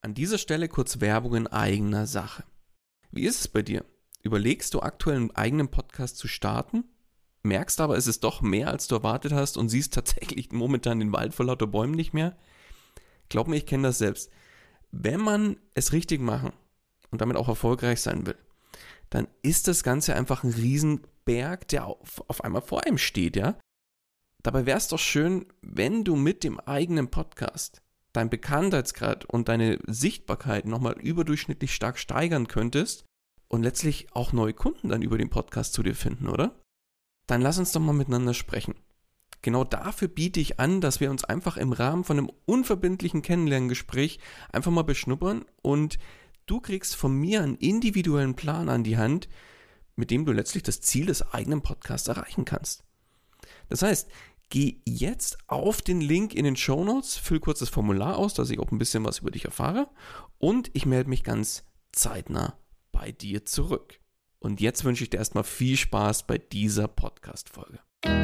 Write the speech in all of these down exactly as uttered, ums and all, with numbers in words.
An dieser Stelle kurz Werbung in eigener Sache. Wie ist es bei dir? Überlegst du aktuell einen eigenen Podcast zu starten? Merkst aber, es ist doch mehr, als du erwartet hast und siehst tatsächlich momentan den Wald vor lauter Bäumen nicht mehr? Glaub mir, ich kenne das selbst. Wenn man es richtig machen und damit auch erfolgreich sein will, dann ist das Ganze einfach ein Riesenberg, der auf, auf einmal vor einem steht, ja? Dabei wäre es doch schön, wenn du mit dem eigenen Podcast dein Bekanntheitsgrad und deine Sichtbarkeit nochmal überdurchschnittlich stark steigern könntest und letztlich auch neue Kunden dann über den Podcast zu dir finden, oder? Dann lass uns doch mal miteinander sprechen. Genau dafür biete ich an, dass wir uns einfach im Rahmen von einem unverbindlichen Kennenlerngespräch einfach mal beschnuppern und du kriegst von mir einen individuellen Plan an die Hand, mit dem du letztlich das Ziel des eigenen Podcasts erreichen kannst. Das heißt, geh jetzt auf den Link in den Shownotes, füll kurz das Formular aus, dass ich auch ein bisschen was über dich erfahre und ich melde mich ganz zeitnah bei dir zurück. Und jetzt wünsche ich dir erstmal viel Spaß bei dieser Podcast-Folge.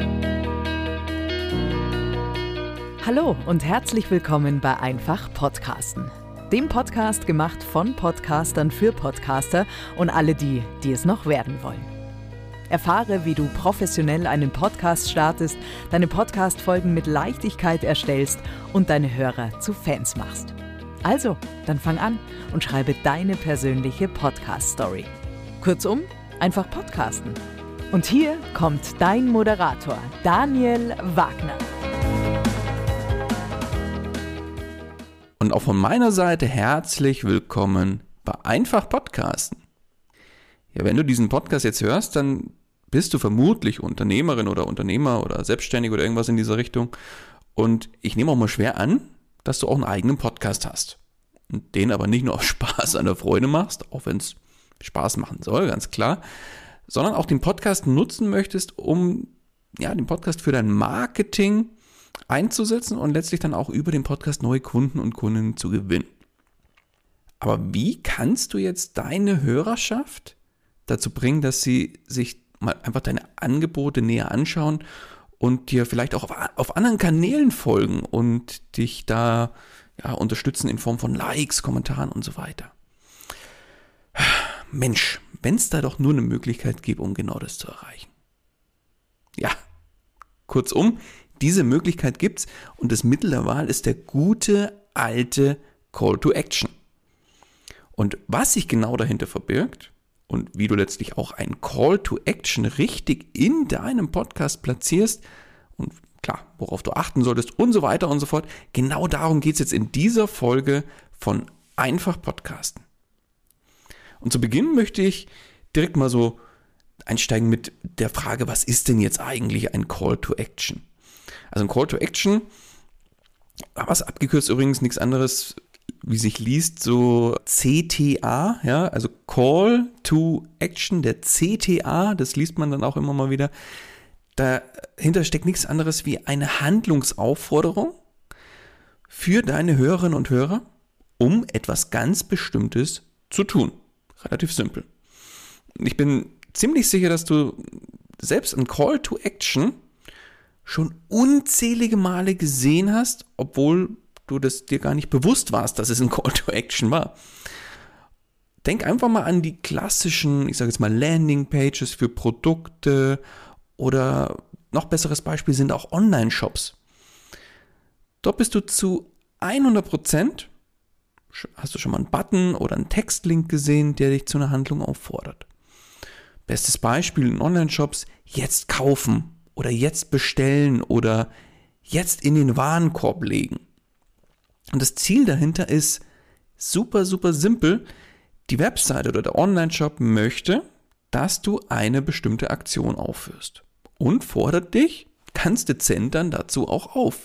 Hallo und herzlich willkommen bei Einfach Podcasten. Dem Podcast gemacht von Podcastern für Podcaster und alle die, die es noch werden wollen. Erfahre, wie du professionell einen Podcast startest, deine Podcast-Folgen mit Leichtigkeit erstellst und deine Hörer zu Fans machst. Also, dann fang an und schreibe deine persönliche Podcast-Story. Kurzum, einfach podcasten. Und hier kommt dein Moderator, Daniel Wagner. Und auch von meiner Seite herzlich willkommen bei Einfach Podcasten. Ja, wenn du diesen Podcast jetzt hörst, dann bist du vermutlich Unternehmerin oder Unternehmer oder Selbstständig oder irgendwas in dieser Richtung. Und ich nehme auch mal schwer an, dass du auch einen eigenen Podcast hast. Und den aber nicht nur aus Spaß an der Freude machst, auch wenn es Spaß machen soll, ganz klar, sondern auch den Podcast nutzen möchtest, um ja, den Podcast für dein Marketing einzusetzen und letztlich dann auch über den Podcast neue Kunden und Kundinnen zu gewinnen. Aber wie kannst du jetzt deine Hörerschaft dazu bringen, dass sie sich mal einfach deine Angebote näher anschauen und dir vielleicht auch auf, auf anderen Kanälen folgen und dich da ja, unterstützen in Form von Likes, Kommentaren und so weiter? Mensch, wenn es da doch nur eine Möglichkeit gibt, um genau das zu erreichen. Ja, kurzum, diese Möglichkeit gibt's und das Mittel der Wahl ist der gute alte Call to Action. Und was sich genau dahinter verbirgt und wie du letztlich auch einen Call to Action richtig in deinem Podcast platzierst und klar, worauf du achten solltest und so weiter und so fort, genau darum geht's jetzt in dieser Folge von Einfach Podcasten. Und zu Beginn möchte ich direkt mal so einsteigen mit der Frage, was ist denn jetzt eigentlich ein Call to Action? Also ein Call to Action, was abgekürzt übrigens nichts anderes, wie sich liest, so C T A, ja, also Call to Action, der C T A, das liest man dann auch immer mal wieder. Dahinter steckt nichts anderes wie eine Handlungsaufforderung für deine Hörerinnen und Hörer, um etwas ganz Bestimmtes zu tun. Relativ simpel. Ich bin ziemlich sicher, dass du selbst ein Call to Action schon unzählige Male gesehen hast, obwohl du das dir gar nicht bewusst warst, dass es ein Call to Action war. Denk einfach mal an die klassischen, ich sage jetzt mal Landing-Pages für Produkte oder noch besseres Beispiel sind auch Online-Shops. Dort bist du zu hundert Prozent, hast du schon mal einen Button oder einen Textlink gesehen, der dich zu einer Handlung auffordert. Bestes Beispiel in Online-Shops, jetzt kaufen oder jetzt bestellen oder jetzt in den Warenkorb legen. Und das Ziel dahinter ist super, super simpel. Die Webseite oder der Online-Shop möchte, dass du eine bestimmte Aktion aufführst und fordert dich ganz dezent dann dazu auch auf.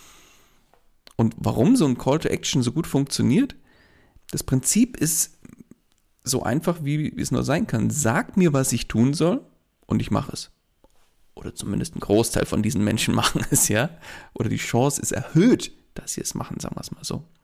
Und warum so ein Call to Action so gut funktioniert? Das Prinzip ist so einfach, wie es nur sein kann. Sag mir, was ich tun soll und ich mache es. Oder zumindest ein Großteil von diesen Menschen machen es, ja. Oder die Chance ist erhöht, dass sie es machen, sagen wir es mal so.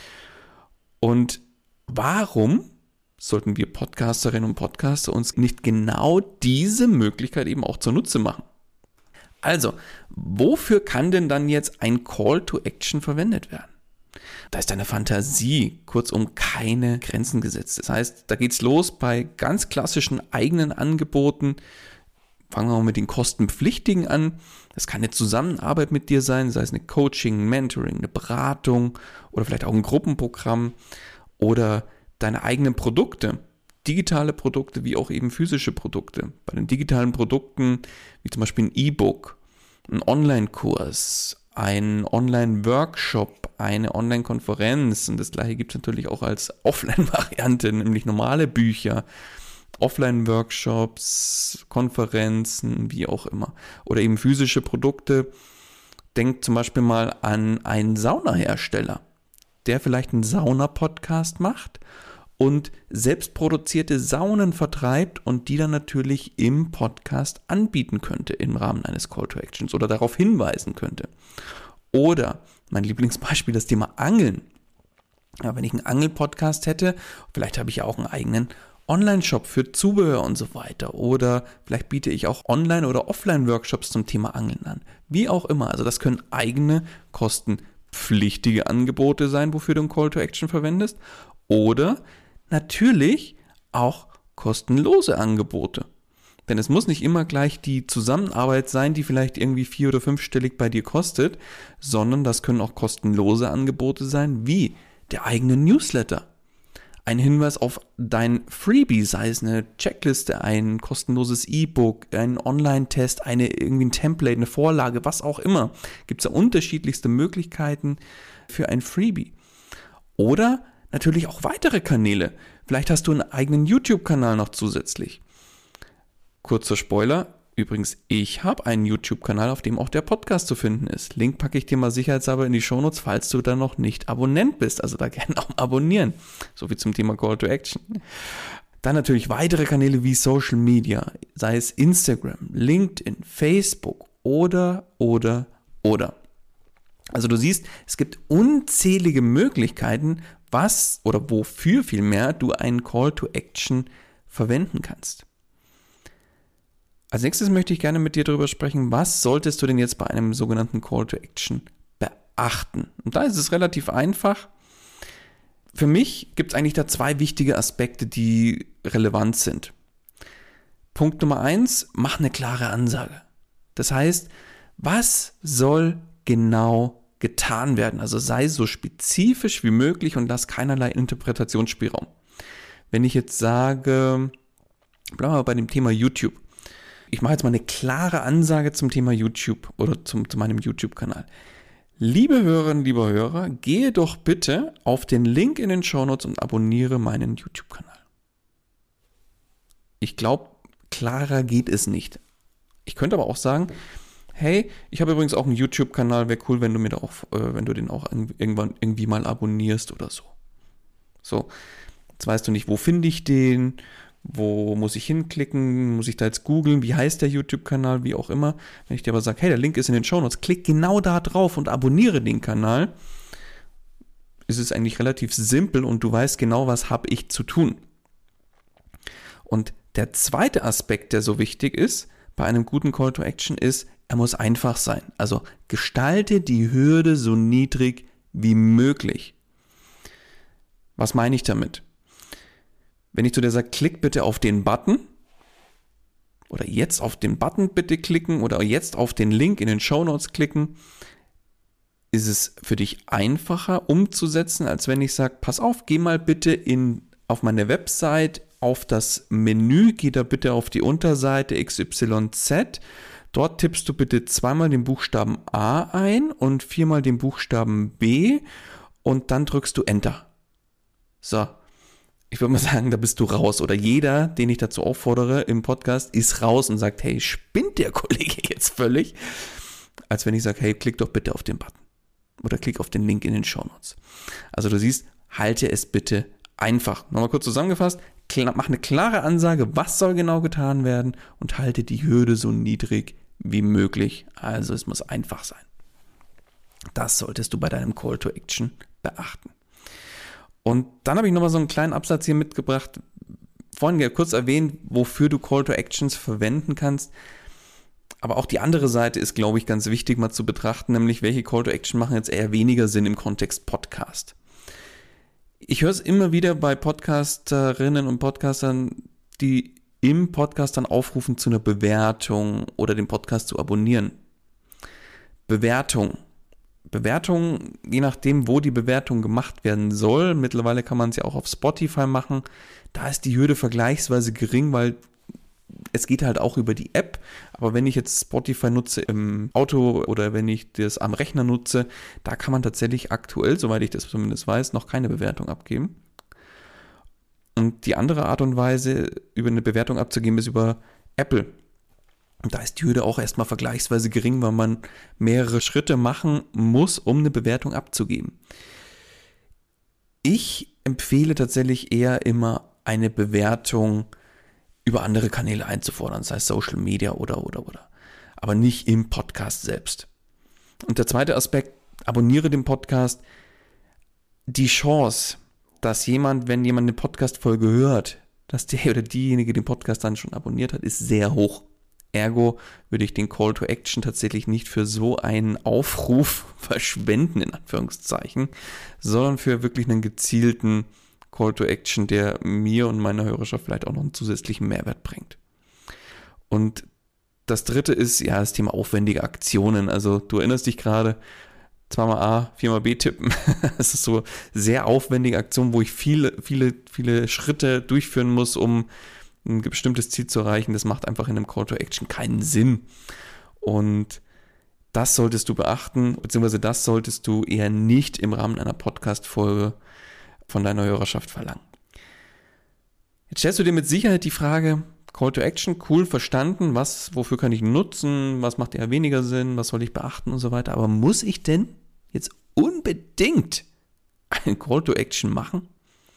Und warum sollten wir Podcasterinnen und Podcaster uns nicht genau diese Möglichkeit eben auch zunutze machen? Also, wofür kann denn dann jetzt ein Call to Action verwendet werden? Da ist deine Fantasie, kurzum, keine Grenzen gesetzt. Das heißt, da geht's los bei ganz klassischen eigenen Angeboten. Fangen wir mal mit den kostenpflichtigen an. Das kann eine Zusammenarbeit mit dir sein, sei es eine Coaching, ein Mentoring, eine Beratung oder vielleicht auch ein Gruppenprogramm oder deine eigenen Produkte, digitale Produkte wie auch eben physische Produkte. Bei den digitalen Produkten wie zum Beispiel ein E-Book, ein Online-Kurs, ein Online-Workshop, eine Online-Konferenz und das gleiche gibt es natürlich auch als Offline-Variante, nämlich normale Bücher, Offline-Workshops, Konferenzen, wie auch immer. Oder eben physische Produkte. Denk zum Beispiel mal an einen Saunahersteller, der vielleicht einen Sauna-Podcast macht und selbstproduzierte Saunen vertreibt und die dann natürlich im Podcast anbieten könnte im Rahmen eines Call to Actions oder darauf hinweisen könnte. Oder mein Lieblingsbeispiel, das Thema Angeln. Ja, wenn ich einen Angel-Podcast hätte, vielleicht habe ich ja auch einen eigenen Online-Shop für Zubehör und so weiter. Oder vielleicht biete ich auch Online- oder Offline-Workshops zum Thema Angeln an. Wie auch immer. Also das können eigene, kostenpflichtige Angebote sein, wofür du einen Call to Action verwendest. Oder natürlich auch kostenlose Angebote. Denn es muss nicht immer gleich die Zusammenarbeit sein, die vielleicht irgendwie vier- oder fünfstellig bei dir kostet, sondern das können auch kostenlose Angebote sein, wie der eigene Newsletter. Ein Hinweis auf dein Freebie, sei es eine Checkliste, ein kostenloses E-Book, ein Online-Test, eine irgendwie ein Template, eine Vorlage, was auch immer. Gibt es ja unterschiedlichste Möglichkeiten für ein Freebie. Oder natürlich auch weitere Kanäle. Vielleicht hast du einen eigenen YouTube-Kanal noch zusätzlich. Kurzer Spoiler, übrigens, ich habe einen YouTube-Kanal, auf dem auch der Podcast zu finden ist. Link packe ich dir mal sicherheitshalber in die Shownotes, falls du da noch nicht Abonnent bist. Also da gerne auch abonnieren. So viel zum Thema Call to Action. Dann natürlich weitere Kanäle wie Social Media, sei es Instagram, LinkedIn, Facebook oder, oder, oder. Also du siehst, es gibt unzählige Möglichkeiten, was oder wofür vielmehr du einen Call to Action verwenden kannst. Als nächstes möchte ich gerne mit dir darüber sprechen, was solltest du denn jetzt bei einem sogenannten Call to Action beachten? Und da ist es relativ einfach. Für mich gibt es eigentlich da zwei wichtige Aspekte, die relevant sind. Punkt Nummer eins, mach eine klare Ansage. Das heißt, was soll genau getan werden? Also sei so spezifisch wie möglich und lass keinerlei Interpretationsspielraum. Wenn ich jetzt sage, bleiben wir bei dem Thema YouTube. Ich mache jetzt mal eine klare Ansage zum Thema YouTube oder zum, zu meinem YouTube-Kanal. Liebe Hörerinnen, lieber Hörer, gehe doch bitte auf den Link in den Shownotes und abonniere meinen YouTube-Kanal. Ich glaube, klarer geht es nicht. Ich könnte aber auch sagen, hey, ich habe übrigens auch einen YouTube-Kanal, wäre cool, wenn du mir da auch, äh, wenn du den auch irgendwann irgendwie mal abonnierst oder so. So, jetzt weißt du nicht, wo finde ich den, wo muss ich hinklicken, muss ich da jetzt googeln, wie heißt der YouTube-Kanal, wie auch immer. Wenn ich dir aber sage, hey, der Link ist in den Shownotes, klick genau da drauf und abonniere den Kanal, ist es eigentlich relativ simpel und du weißt genau, was habe ich zu tun. Und der zweite Aspekt, der so wichtig ist bei einem guten Call to Action, ist, er muss einfach sein. Also gestalte die Hürde so niedrig wie möglich. Was meine ich damit? Wenn ich zu dir sage, klick bitte auf den Button oder jetzt auf den Button bitte klicken oder jetzt auf den Link in den Shownotes klicken, ist es für dich einfacher umzusetzen, als wenn ich sage, pass auf, geh mal bitte in, auf meine Website, auf das Menü, geh da bitte auf die Unterseite X Y Z. Dort tippst du bitte zweimal den Buchstaben A ein und viermal den Buchstaben B und dann drückst du Enter. So. Ich würde mal sagen, da bist du raus. Oder jeder, den ich dazu auffordere im Podcast, ist raus und sagt, hey, spinnt der Kollege jetzt völlig? Als wenn ich sage, hey, klick doch bitte auf den Button. Oder klick auf den Link in den Shownotes. Also du siehst, halte es bitte einfach. Nochmal kurz zusammengefasst, mach eine klare Ansage, was soll genau getan werden und halte die Hürde so niedrig wie möglich. Also es muss einfach sein. Das solltest du bei deinem Call to Action beachten. Und dann habe ich nochmal so einen kleinen Absatz hier mitgebracht, vorhin ja kurz erwähnt, wofür du Call to Actions verwenden kannst. Aber auch die andere Seite ist, glaube ich, ganz wichtig mal zu betrachten, nämlich welche Call to Action machen jetzt eher weniger Sinn im Kontext Podcast. Ich höre es immer wieder bei Podcasterinnen und Podcastern, die im Podcast dann aufrufen zu einer Bewertung oder den Podcast zu abonnieren. Bewertung. Bewertung, je nachdem, wo die Bewertung gemacht werden soll. Mittlerweile kann man es ja auch auf Spotify machen. Da ist die Hürde vergleichsweise gering, weil es geht halt auch über die App. Aber wenn ich jetzt Spotify nutze im Auto oder wenn ich das am Rechner nutze, da kann man tatsächlich aktuell, soweit ich das zumindest weiß, noch keine Bewertung abgeben. Und die andere Art und Weise, über eine Bewertung abzugeben, ist über Apple. Und da ist die Hürde auch erstmal vergleichsweise gering, weil man mehrere Schritte machen muss, um eine Bewertung abzugeben. Ich empfehle tatsächlich eher immer eine Bewertung über andere Kanäle einzufordern, sei es Social Media oder, oder, oder. Aber nicht im Podcast selbst. Und der zweite Aspekt, abonniere den Podcast. Die Chance, dass jemand, wenn jemand eine Podcast-Folge hört, dass der oder diejenige den Podcast dann schon abonniert hat, ist sehr hoch. Ergo würde ich den Call to Action tatsächlich nicht für so einen Aufruf verschwenden, in Anführungszeichen, sondern für wirklich einen gezielten Call to Action, der mir und meiner Hörerschaft vielleicht auch noch einen zusätzlichen Mehrwert bringt. Und das dritte ist ja das Thema aufwendige Aktionen. Also du erinnerst dich gerade, zweimal A, viermal B tippen. Das ist so sehr aufwendige Aktionen, wo ich viele, viele, viele Schritte durchführen muss, um ein bestimmtes Ziel zu erreichen. Das macht einfach in einem Call to Action keinen Sinn. Und das solltest du beachten, beziehungsweise das solltest du eher nicht im Rahmen einer Podcast-Folge von deiner Hörerschaft verlangen. Jetzt stellst du dir mit Sicherheit die Frage, Call to Action, cool, verstanden, was, wofür kann ich nutzen, was macht eher weniger Sinn, was soll ich beachten und so weiter. Aber muss ich denn jetzt unbedingt einen Call to Action machen?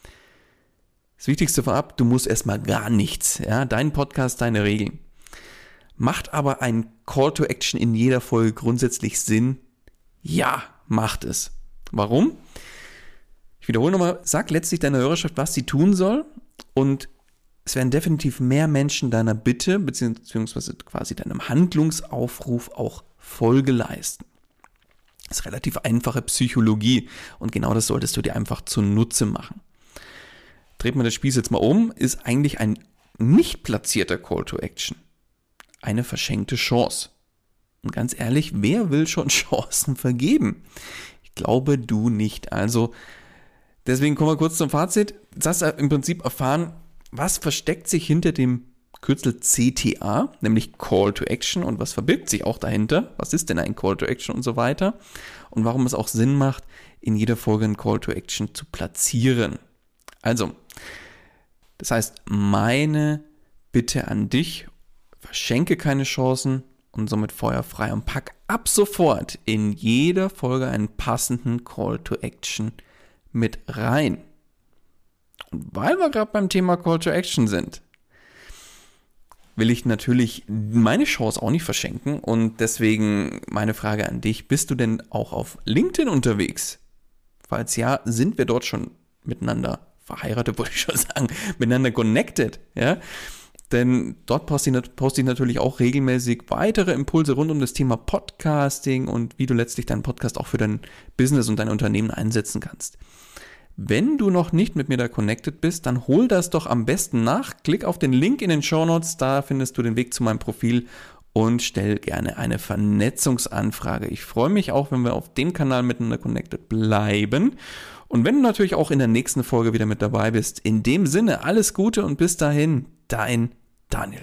Das Wichtigste vorab, du musst erstmal gar nichts. Ja? Dein Podcast, deine Regeln. Macht aber ein Call to Action in jeder Folge grundsätzlich Sinn? Ja, macht es. Warum? Ich wiederhole nochmal, sag letztlich deiner Hörerschaft, was sie tun soll, und es werden definitiv mehr Menschen deiner Bitte beziehungsweise quasi deinem Handlungsaufruf auch Folge leisten. Das ist relativ einfache Psychologie und genau das solltest du dir einfach zunutze machen. Dreht man das Spieß jetzt mal um, ist eigentlich ein nicht platzierter Call to Action eine verschenkte Chance. Und ganz ehrlich, wer will schon Chancen vergeben? Ich glaube, du nicht. Also deswegen kommen wir kurz zum Fazit. Jetzt hast du im Prinzip erfahren, was versteckt sich hinter dem Kürzel C T A, nämlich Call to Action, und was verbirgt sich auch dahinter? Was ist denn ein Call to Action und so weiter? Und warum es auch Sinn macht, in jeder Folge einen Call to Action zu platzieren. Also, das heißt, meine Bitte an dich, verschenke keine Chancen und somit feuerfrei und pack ab sofort in jeder Folge einen passenden Call to Action mit rein. Und weil wir gerade beim Thema Call to Action sind, will ich natürlich meine Chance auch nicht verschenken und deswegen meine Frage an dich, bist du denn auch auf LinkedIn unterwegs? Falls ja, sind wir dort schon miteinander verheiratet, wollte ich schon sagen, miteinander connected, ja? Denn dort poste ich, poste ich natürlich auch regelmäßig weitere Impulse rund um das Thema Podcasting und wie du letztlich deinen Podcast auch für dein Business und dein Unternehmen einsetzen kannst. Wenn du noch nicht mit mir da connected bist, dann hol das doch am besten nach. Klick auf den Link in den Shownotes, da findest du den Weg zu meinem Profil und stell gerne eine Vernetzungsanfrage. Ich freue mich auch, wenn wir auf dem Kanal miteinander connected bleiben. Und wenn du natürlich auch in der nächsten Folge wieder mit dabei bist. In dem Sinne, alles Gute und bis dahin, dein Daniel.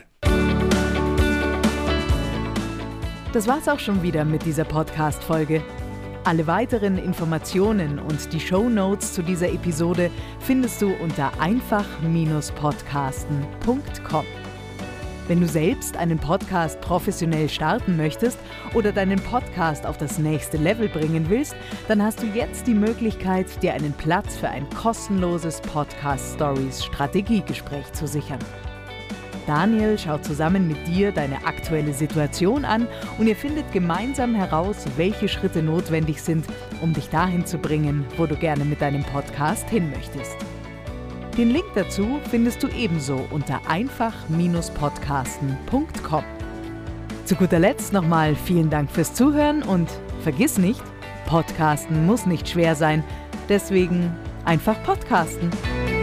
Das war's auch schon wieder mit dieser Podcast-Folge. Alle weiteren Informationen und die Shownotes zu dieser Episode findest du unter einfach Bindestrich podcasten Punkt com. Wenn du selbst einen Podcast professionell starten möchtest oder deinen Podcast auf das nächste Level bringen willst, dann hast du jetzt die Möglichkeit, dir einen Platz für ein kostenloses Podcast-Stories-Strategiegespräch zu sichern. Daniel schaut zusammen mit dir deine aktuelle Situation an und ihr findet gemeinsam heraus, welche Schritte notwendig sind, um dich dahin zu bringen, wo du gerne mit deinem Podcast hin möchtest. Den Link dazu findest du ebenso unter einfach Bindestrich podcasten Punkt com. Zu guter Letzt nochmal vielen Dank fürs Zuhören und vergiss nicht, Podcasten muss nicht schwer sein, deswegen einfach podcasten.